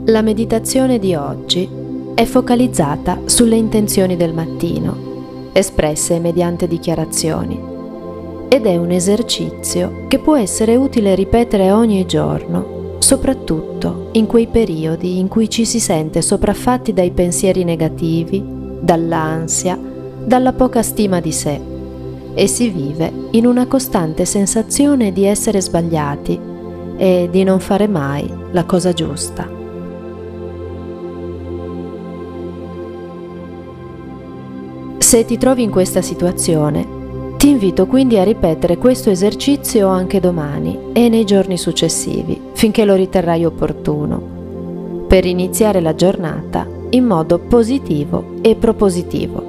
La meditazione di oggi è focalizzata sulle intenzioni del mattino, espresse mediante dichiarazioni, ed è un esercizio che può essere utile ripetere ogni giorno, soprattutto in quei periodi in cui ci si sente sopraffatti dai pensieri negativi, dall'ansia, dalla poca stima di sé e si vive in una costante sensazione di essere sbagliati e di non fare mai la cosa giusta. Se ti trovi in questa situazione, ti invito quindi a ripetere questo esercizio anche domani e nei giorni successivi, finché lo riterrai opportuno, per iniziare la giornata in modo positivo e propositivo.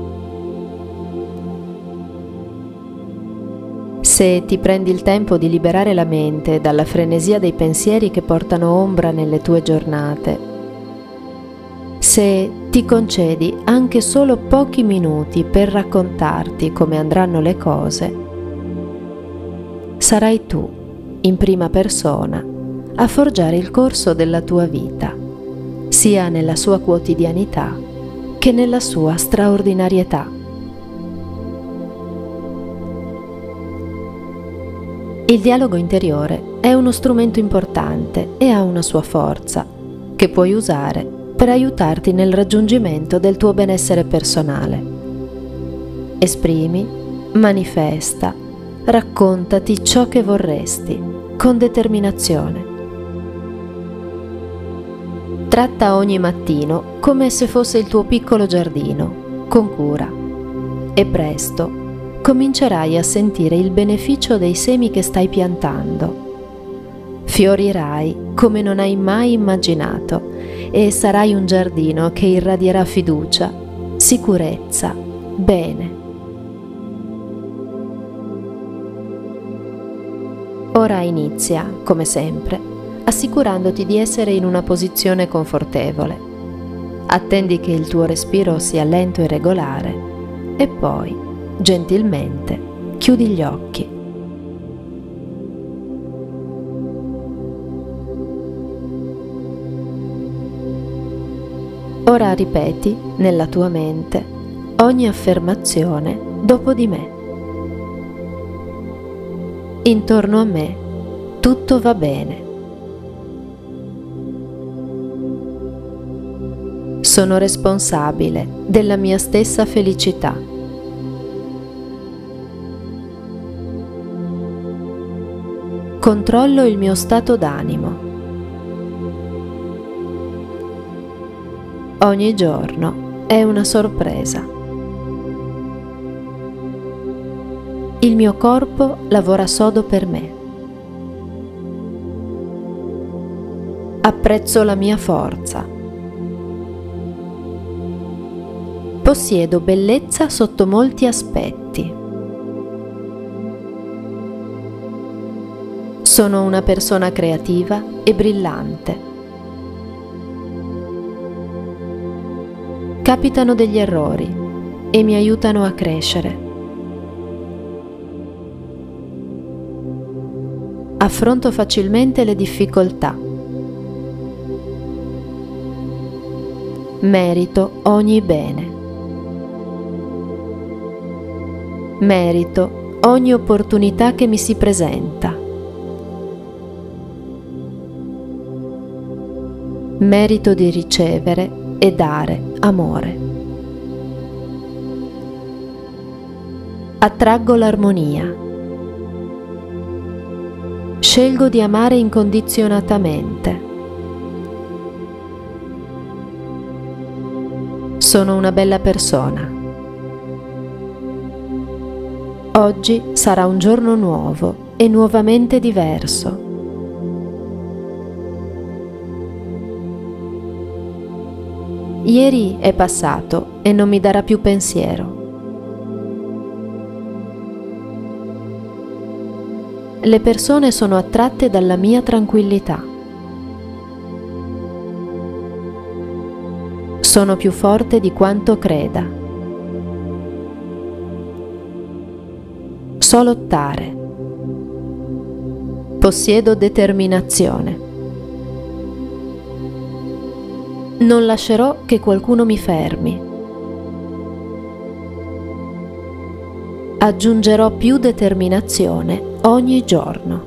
Se ti prendi il tempo di liberare la mente dalla frenesia dei pensieri che portano ombra nelle tue giornate, se ti concedi anche solo pochi minuti per raccontarti come andranno le cose, sarai tu, in prima persona, a forgiare il corso della tua vita, sia nella sua quotidianità che nella sua straordinarietà. Il dialogo interiore è uno strumento importante e ha una sua forza, che puoi usare per aiutarti nel raggiungimento del tuo benessere personale. Esprimi, manifesta, raccontati ciò che vorresti, con determinazione. Tratta ogni mattino come se fosse il tuo piccolo giardino, con cura, e presto comincerai a sentire il beneficio dei semi che stai piantando. Fiorirai come non hai mai immaginato e sarai un giardino che irradierà fiducia, sicurezza, bene. Ora inizia, come sempre, assicurandoti di essere in una posizione confortevole. Attendi che il tuo respiro sia lento e regolare e poi, gentilmente, chiudi gli occhi. Ora ripeti, nella tua mente, ogni affermazione dopo di me. Intorno a me tutto va bene. Sono responsabile della mia stessa felicità. Controllo il mio stato d'animo. Ogni giorno è una sorpresa. Il mio corpo lavora sodo per me. Apprezzo la mia forza. Possiedo bellezza sotto molti aspetti. Sono una persona creativa e brillante. Capitano degli errori e mi aiutano a crescere. Affronto facilmente le difficoltà. Merito ogni bene. Merito ogni opportunità che mi si presenta. Merito di ricevere e dare amore. Attraggo l'armonia. Scelgo di amare incondizionatamente. Sono una bella persona. Oggi sarà un giorno nuovo e nuovamente diverso. Ieri è passato e non mi darà più pensiero. Le persone sono attratte dalla mia tranquillità. Sono più forte di quanto creda. So lottare. Possiedo determinazione. Non lascerò che qualcuno mi fermi. Aggiungerò più determinazione ogni giorno.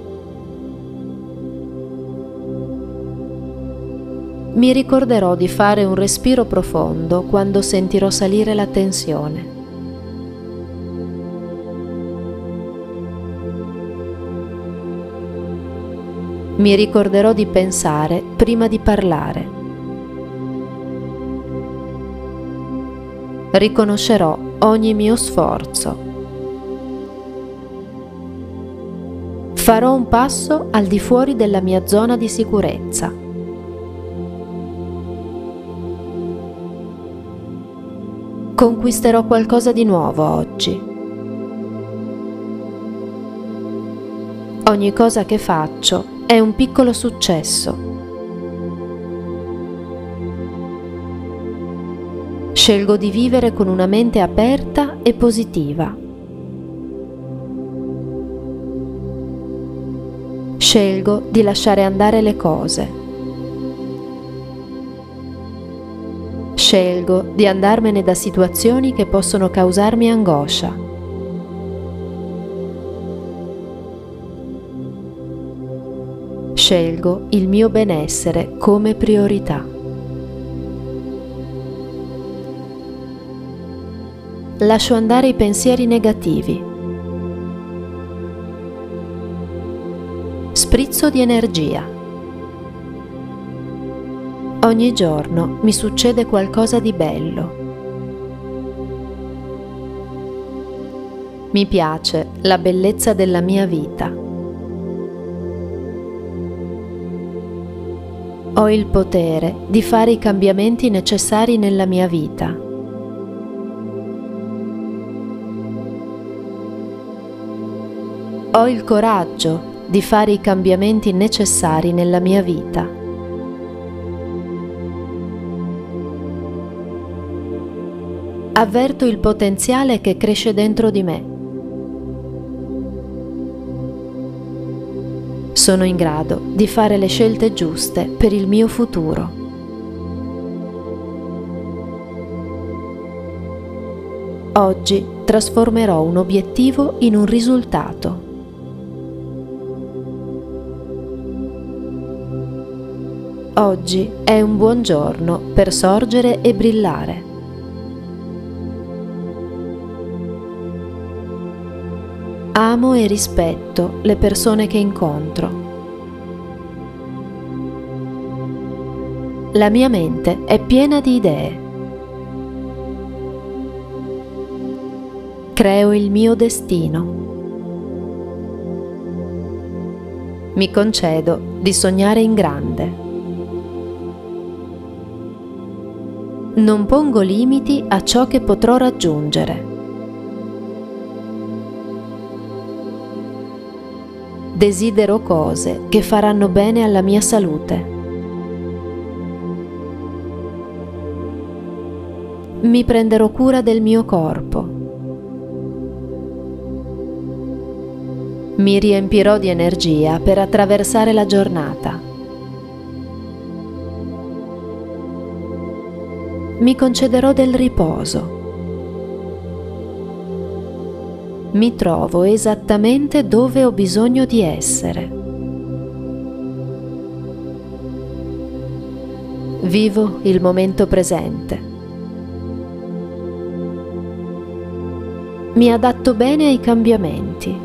Mi ricorderò di fare un respiro profondo quando sentirò salire la tensione. Mi ricorderò di pensare prima di parlare. Riconoscerò ogni mio sforzo. Farò un passo al di fuori della mia zona di sicurezza. Conquisterò qualcosa di nuovo oggi. Ogni cosa che faccio è un piccolo successo. Scelgo di vivere con una mente aperta e positiva. Scelgo di lasciare andare le cose. Scelgo di andarmene da situazioni che possono causarmi angoscia. Scelgo il mio benessere come priorità. Lascio andare i pensieri negativi. Sprizzo di energia. Ogni giorno mi succede qualcosa di bello. Mi piace la bellezza della mia vita. Ho il potere di fare i cambiamenti necessari nella mia vita. Ho il coraggio di fare i cambiamenti necessari nella mia vita. Avverto il potenziale che cresce dentro di me. Sono in grado di fare le scelte giuste per il mio futuro. Oggi trasformerò un obiettivo in un risultato. Oggi è un buon giorno per sorgere e brillare. Amo e rispetto le persone che incontro. La mia mente è piena di idee. Creo il mio destino. Mi concedo di sognare in grande. Non pongo limiti a ciò che potrò raggiungere. Desidero cose che faranno bene alla mia salute. Mi prenderò cura del mio corpo. Mi riempirò di energia per attraversare la giornata. Mi concederò del riposo. Mi trovo esattamente dove ho bisogno di essere. Vivo il momento presente. Mi adatto bene ai cambiamenti.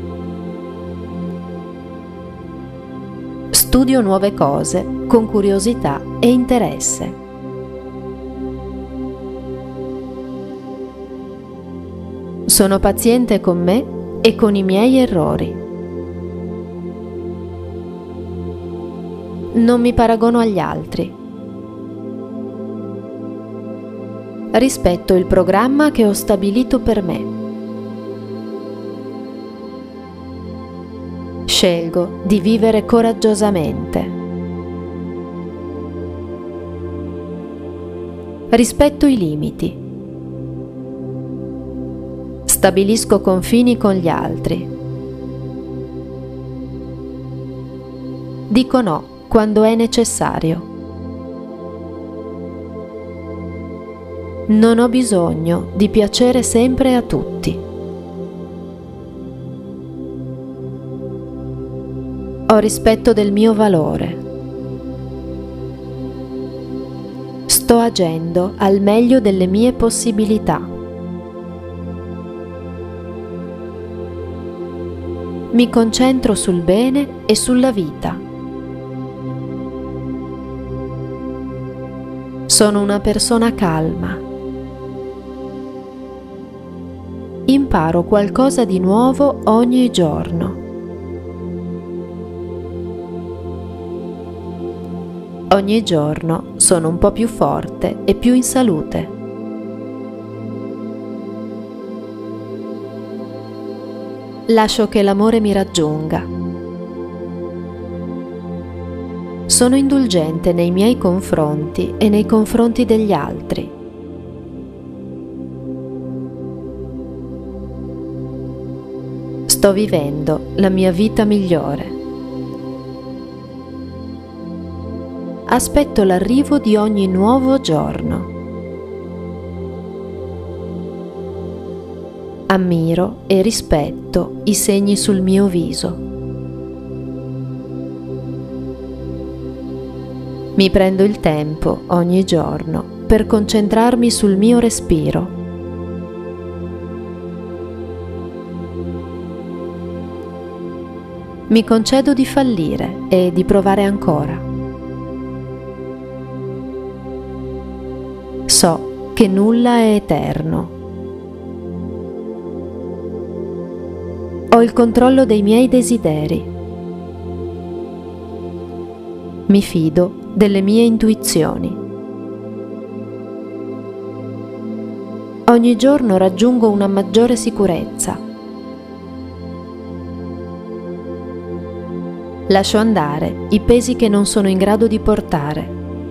Studio nuove cose con curiosità e interesse. Sono paziente con me e con i miei errori. Non mi paragono agli altri. Rispetto il programma che ho stabilito per me. Scelgo di vivere coraggiosamente. Rispetto i limiti. Stabilisco confini con gli altri. Dico no quando è necessario. Non ho bisogno di piacere sempre a tutti. Ho rispetto del mio valore. Sto agendo al meglio delle mie possibilità. Mi concentro sul bene e sulla vita. Sono una persona calma. Imparo qualcosa di nuovo ogni giorno. Ogni giorno sono un po' più forte e più in salute. Lascio che l'amore mi raggiunga. Sono indulgente nei miei confronti e nei confronti degli altri. Sto vivendo la mia vita migliore. Aspetto l'arrivo di ogni nuovo giorno. Ammiro e rispetto i segni sul mio viso. Mi prendo il tempo ogni giorno per concentrarmi sul mio respiro. Mi concedo di fallire e di provare ancora. So che nulla è eterno. Ho il controllo dei miei desideri. Mi fido delle mie intuizioni. Ogni giorno raggiungo una maggiore sicurezza. Lascio andare i pesi che non sono in grado di portare.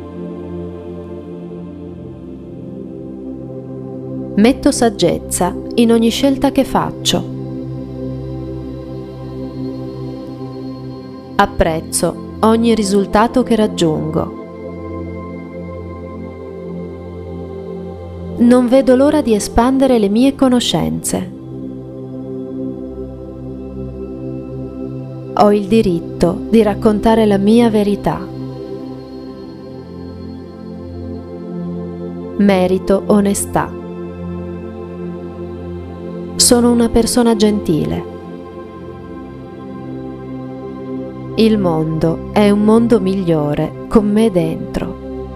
Metto saggezza in ogni scelta che faccio. Apprezzo ogni risultato che raggiungo. Non vedo l'ora di espandere le mie conoscenze. Ho il diritto di raccontare la mia verità. Merito onestà. Sono una persona gentile. Il mondo è un mondo migliore con me dentro.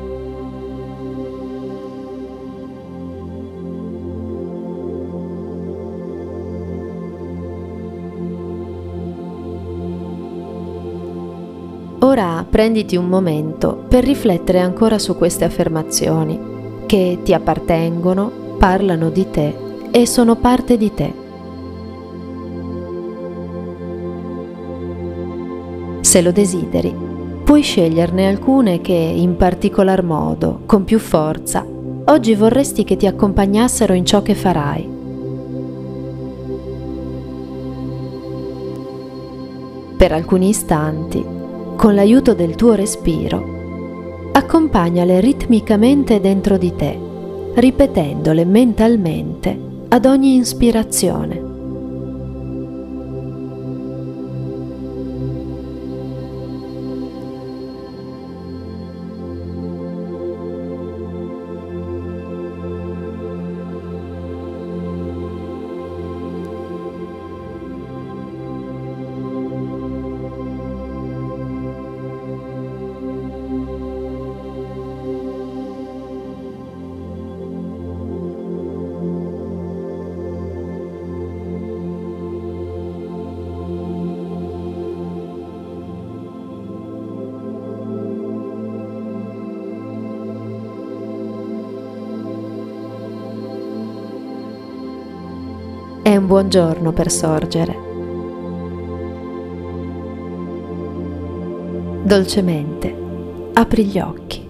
Ora prenditi un momento per riflettere ancora su queste affermazioni che ti appartengono, parlano di te e sono parte di te. Se lo desideri, puoi sceglierne alcune che, in particolar modo, con più forza, oggi vorresti che ti accompagnassero in ciò che farai. Per alcuni istanti, con l'aiuto del tuo respiro, accompagnale ritmicamente dentro di te, ripetendole mentalmente ad ogni ispirazione. È un buon giorno per sorgere. Dolcemente apri gli occhi.